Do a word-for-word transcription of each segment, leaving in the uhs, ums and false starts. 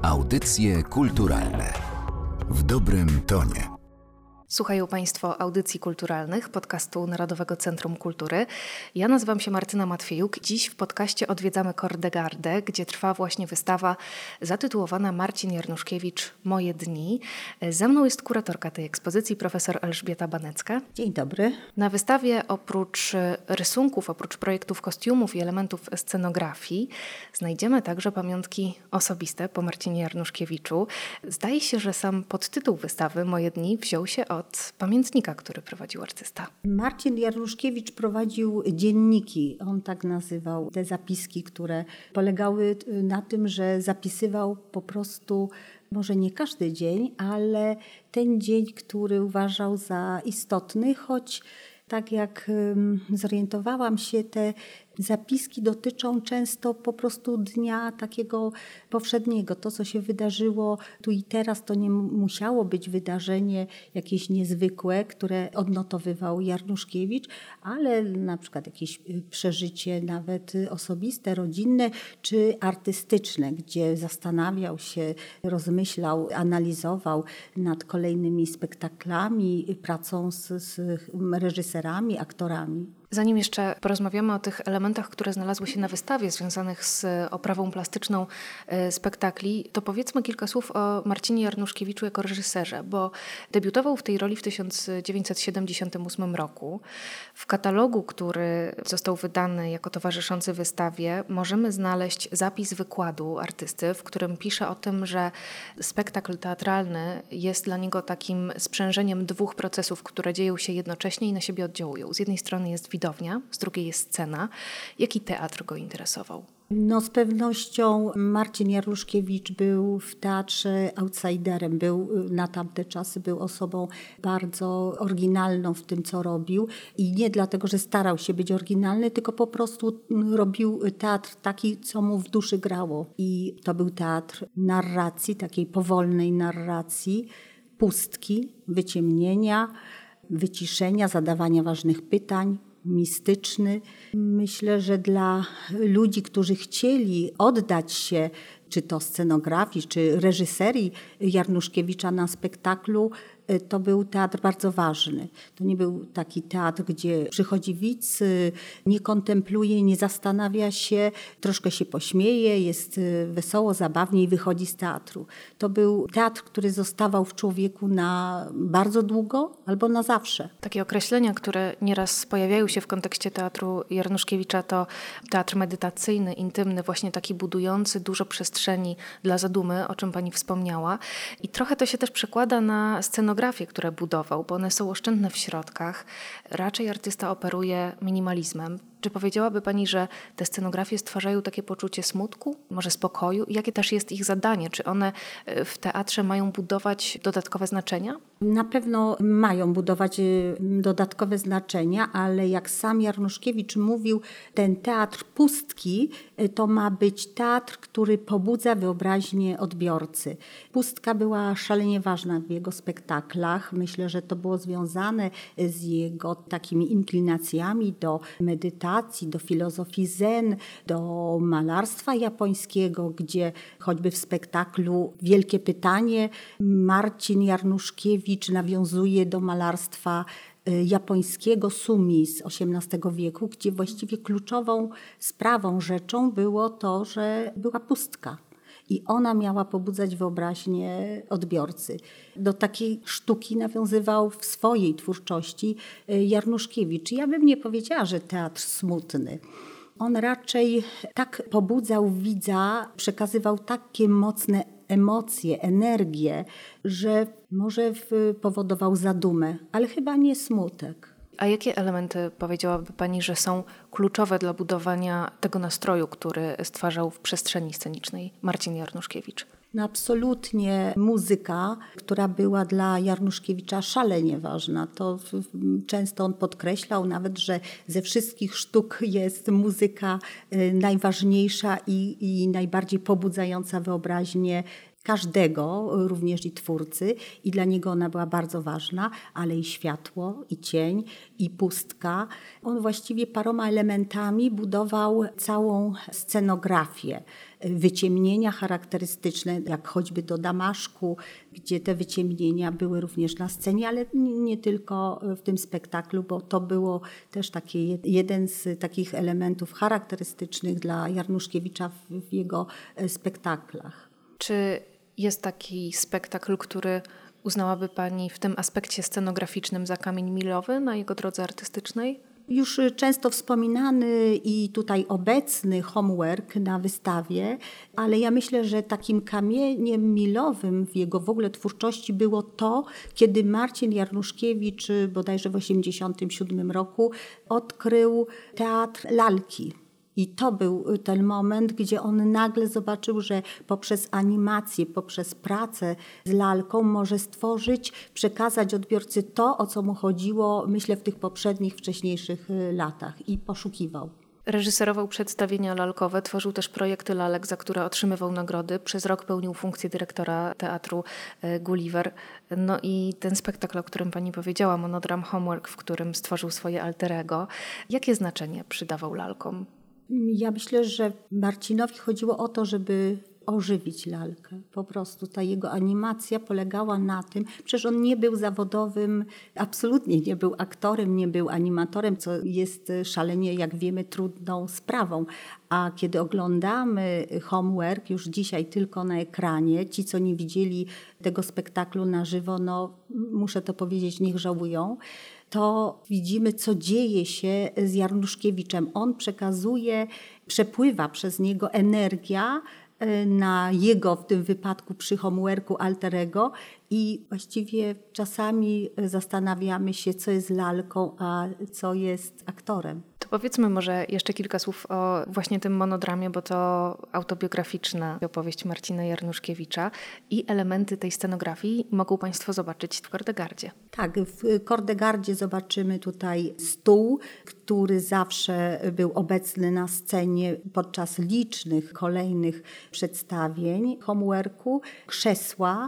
Audycje kulturalne w dobrym tonie. Słuchają Państwo audycji kulturalnych podcastu Narodowego Centrum Kultury. Ja nazywam się Martyna Matwiejuk. Dziś w podcaście odwiedzamy Kordegardę, gdzie trwa właśnie wystawa zatytułowana Marcin Jarnuszkiewicz – Moje dni. Ze mną jest kuratorka tej ekspozycji, profesor Elżbieta Banecka. Dzień dobry. Na wystawie oprócz rysunków, oprócz projektów kostiumów i elementów scenografii znajdziemy także pamiątki osobiste po Marcinie Jarnuszkiewiczu. Zdaje się, że sam podtytuł wystawy Moje dni wziął się od pamiętnika, który prowadził artysta. Marcin Jarnuszkiewicz prowadził dzienniki. On tak nazywał te zapiski, które polegały na tym, że zapisywał po prostu może nie każdy dzień, ale ten dzień, który uważał za istotny, choć tak jak zorientowałam się, te zapiski dotyczą często po prostu dnia takiego powszedniego. To, co się wydarzyło tu i teraz, to nie musiało być wydarzenie jakieś niezwykłe, które odnotowywał Jarnuszkiewicz, ale na przykład jakieś przeżycie nawet osobiste, rodzinne czy artystyczne, gdzie zastanawiał się, rozmyślał, analizował nad kolejnymi spektaklami, pracą z, z reżyserami, aktorami. Zanim jeszcze porozmawiamy o tych elementach, które znalazły się na wystawie związanych z oprawą plastyczną spektakli, to powiedzmy kilka słów o Marcinie Jarnuszkiewiczu jako reżyserze, bo debiutował w tej roli w tysiąc dziewięćset siedemdziesiątym ósmym roku. W katalogu, który został wydany jako towarzyszący wystawie, możemy znaleźć zapis wykładu artysty, w którym pisze o tym, że spektakl teatralny jest dla niego takim sprzężeniem dwóch procesów, które dzieją się jednocześnie i na siebie oddziałują. Z jednej strony jest widownia, z drugiej jest scena. Jaki teatr go interesował? No z pewnością Marcin Jarnuszkiewicz był w teatrze outsiderem, był na tamte czasy był osobą bardzo oryginalną w tym, co robił i nie dlatego, że starał się być oryginalny, tylko po prostu robił teatr taki, co mu w duszy grało. I to był teatr narracji, takiej powolnej narracji, pustki, wyciemnienia, wyciszenia, zadawania ważnych pytań, mistyczny. Myślę, że dla ludzi, którzy chcieli oddać się czy to scenografii, czy reżyserii Jarnuszkiewicza na spektaklu, to był teatr bardzo ważny. To nie był taki teatr, gdzie przychodzi widz, nie kontempluje, nie zastanawia się, troszkę się pośmieje, jest wesoło, zabawnie i wychodzi z teatru. To był teatr, który zostawał w człowieku na bardzo długo albo na zawsze. Takie określenia, które nieraz pojawiają się w kontekście teatru Jarnuszkiewicza, to teatr medytacyjny, intymny, właśnie taki budujący dużo przestrzeni dla zadumy, o czym pani wspomniała. I trochę to się też przekłada na scenografii, które budował, bo one są oszczędne w środkach. Raczej artysta operuje minimalizmem. Czy powiedziałaby pani, że te scenografie stwarzają takie poczucie smutku, może spokoju? Jakie też jest ich zadanie? Czy one w teatrze mają budować dodatkowe znaczenia? Na pewno mają budować dodatkowe znaczenia, ale jak sam Jarnuszkiewicz mówił, ten teatr pustki to ma być teatr, który pobudza wyobraźnię odbiorcy. Pustka była szalenie ważna w jego spektaklach. Myślę, że to było związane z jego takimi inklinacjami do medytacji, do filozofii zen, do malarstwa japońskiego, gdzie choćby w spektaklu Wielkie Pytanie Marcin Jarnuszkiewicz nawiązuje do malarstwa japońskiego sumi z osiemnastego wieku, gdzie właściwie kluczową sprawą, rzeczą było to, że była pustka. I ona miała pobudzać wyobraźnię odbiorcy. Do takiej sztuki nawiązywał w swojej twórczości Jarnuszkiewicz. Ja bym nie powiedziała, że teatr smutny. On raczej tak pobudzał widza, przekazywał takie mocne emocje, energię, że może powodował zadumę, ale chyba nie smutek. A jakie elementy powiedziałaby pani, że są kluczowe dla budowania tego nastroju, który stwarzał w przestrzeni scenicznej Marcin Jarnuszkiewicz? No absolutnie muzyka, która była dla Jarnuszkiewicza szalenie ważna. To często on podkreślał nawet, że ze wszystkich sztuk jest muzyka najważniejsza i, i najbardziej pobudzająca wyobraźnię każdego, również i twórcy, i dla niego ona była bardzo ważna, ale i światło, i cień, i pustka. On właściwie paroma elementami budował całą scenografię. Wyciemnienia charakterystyczne, jak choćby do Damaszku, gdzie te wyciemnienia były również na scenie, ale nie tylko w tym spektaklu, bo to było też taki jeden z takich elementów charakterystycznych dla Januszkiewicza w jego spektaklach. Czy jest taki spektakl, który uznałaby Pani w tym aspekcie scenograficznym za kamień milowy na jego drodze artystycznej? Już często wspominany i tutaj obecny homework na wystawie, ale ja myślę, że takim kamieniem milowym w jego w ogóle twórczości było to, kiedy Marcin Januszkiewicz bodajże w osiemdziesiątym siódmym roku odkrył teatr lalki. I to był ten moment, gdzie on nagle zobaczył, że poprzez animację, poprzez pracę z lalką może stworzyć, przekazać odbiorcy to, o co mu chodziło, myślę, w tych poprzednich, wcześniejszych latach, i poszukiwał. Reżyserował przedstawienia lalkowe, tworzył też projekty lalek, za które otrzymywał nagrody. Przez rok pełnił funkcję dyrektora teatru Gulliver. No i ten spektakl, o którym Pani powiedziała, Monodram Homework, w którym stworzył swoje alter ego. Jakie znaczenie przydawał lalkom? Ja myślę, że Marcinowi chodziło o to, żeby ożywić lalkę. Po prostu ta jego animacja polegała na tym, przecież on nie był zawodowym, absolutnie nie był aktorem, nie był animatorem, co jest szalenie, jak wiemy, trudną sprawą. A kiedy oglądamy Homework już dzisiaj tylko na ekranie, ci, co nie widzieli tego spektaklu na żywo, no muszę to powiedzieć, niech żałują, to widzimy, co dzieje się z Januszkiewiczem. On przekazuje, przepływa przez niego energia na jego, w tym wypadku przy homeworku, alter ego, i właściwie czasami zastanawiamy się, co jest lalką, a co jest aktorem. To powiedzmy może jeszcze kilka słów o właśnie tym monodramie, bo to autobiograficzna opowieść Marcina Januszkiewicza i elementy tej scenografii mogą Państwo zobaczyć w Kordegardzie. Tak, w Kordegardzie zobaczymy tutaj stół, który zawsze był obecny na scenie podczas licznych kolejnych przedstawień homeworku, krzesła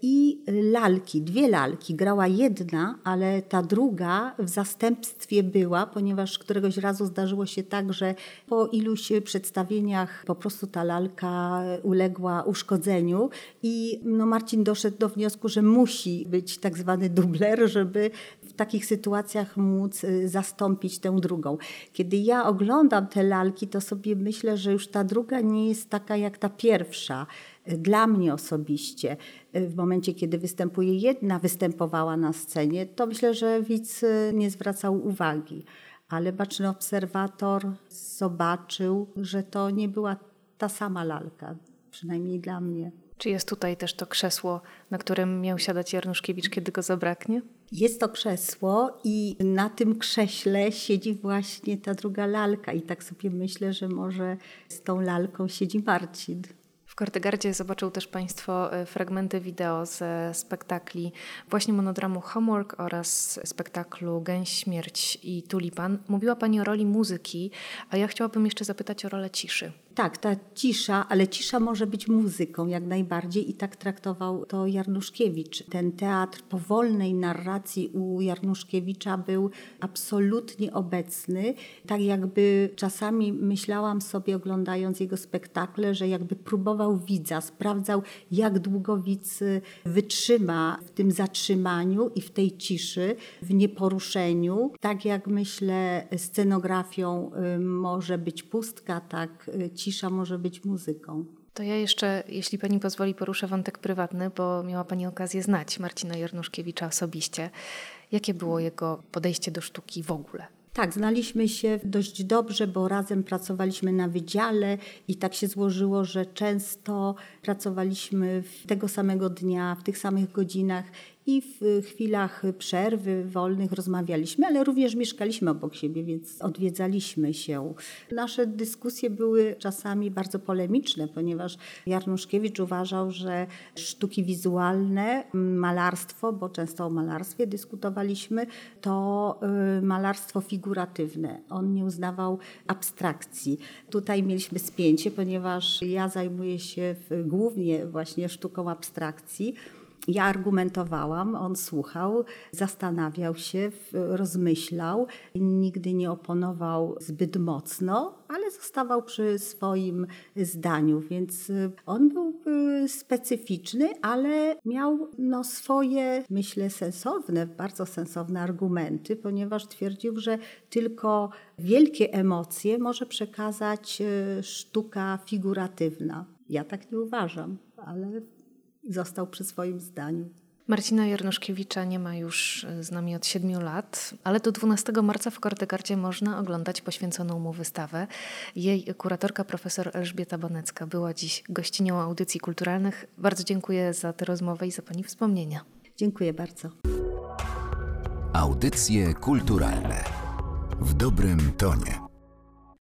i lalki, dwie lalki. Grała jedna, ale ta druga w zastępstwie była, ponieważ któregoś razu zdarzyło się tak, że po iluś przedstawieniach po prostu ta lalka uległa uszkodzeniu i no Marcin doszedł do wniosku, że musi być tak zwany dubler, żeby w takich sytuacjach móc zastąpić tę drugą. Kiedy ja oglądam te lalki, to sobie myślę, że już ta druga nie jest taka jak ta pierwsza. Dla mnie osobiście, w momencie, kiedy występuje jedna, występowała na scenie, to myślę, że widz nie zwracał uwagi. Ale baczny obserwator zobaczył, że to nie była ta sama lalka, przynajmniej dla mnie. Czy jest tutaj też to krzesło, na którym miał siadać Januszkiewicz, kiedy go zabraknie? Jest to krzesło i na tym krześle siedzi właśnie ta druga lalka. I tak sobie myślę, że może z tą lalką siedzi Marcin. W Kordegardzie zobaczą też Państwo fragmenty wideo ze spektakli właśnie monodramu Homework oraz spektaklu Gęś, śmierć i tulipan. Mówiła Pani o roli muzyki, a ja chciałabym jeszcze zapytać o rolę ciszy. Tak, ta cisza, ale cisza może być muzyką jak najbardziej i tak traktował to Januszkiewicz. Ten teatr powolnej narracji u Januszkiewicza był absolutnie obecny. Tak jakby czasami myślałam sobie, oglądając jego spektakle, że jakby próbował widza, sprawdzał, jak długo widz wytrzyma w tym zatrzymaniu i w tej ciszy, w nieporuszeniu. Tak jak myślę, scenografią może być pustka, tak cisza może być muzyką. To ja jeszcze, jeśli Pani pozwoli, poruszę wątek prywatny, bo miała Pani okazję znać Marcina Januszkiewicza osobiście. Jakie było jego podejście do sztuki w ogóle? Tak, znaliśmy się dość dobrze, bo razem pracowaliśmy na wydziale i tak się złożyło, że często pracowaliśmy tego samego dnia, w tych samych godzinach i w chwilach przerwy wolnych rozmawialiśmy, ale również mieszkaliśmy obok siebie, więc odwiedzaliśmy się. Nasze dyskusje były czasami bardzo polemiczne, ponieważ Jarnuszkiewicz uważał, że sztuki wizualne, malarstwo, bo często o malarstwie dyskutowaliśmy, to malarstwo figuratywne. On nie uznawał abstrakcji. Tutaj mieliśmy spięcie, ponieważ ja zajmuję się głównie właśnie sztuką abstrakcji. Ja argumentowałam, on słuchał, zastanawiał się, rozmyślał, nigdy nie oponował zbyt mocno, ale zostawał przy swoim zdaniu, więc on był specyficzny, ale miał no, swoje, myślę, sensowne, bardzo sensowne argumenty, ponieważ twierdził, że tylko wielkie emocje może przekazać sztuka figuratywna. Ja tak nie uważam, ale został przy swoim zdaniu. Marcina Jarnuszkiewicza nie ma już z nami od siedmiu lat, ale do dwunastego marca w Kordegardzie można oglądać poświęconą mu wystawę. Jej kuratorka profesor Elżbieta Bonecka była dziś gościnią audycji kulturalnych. Bardzo dziękuję za tę rozmowę i za Pani wspomnienia. Dziękuję bardzo. Audycje kulturalne w dobrym tonie.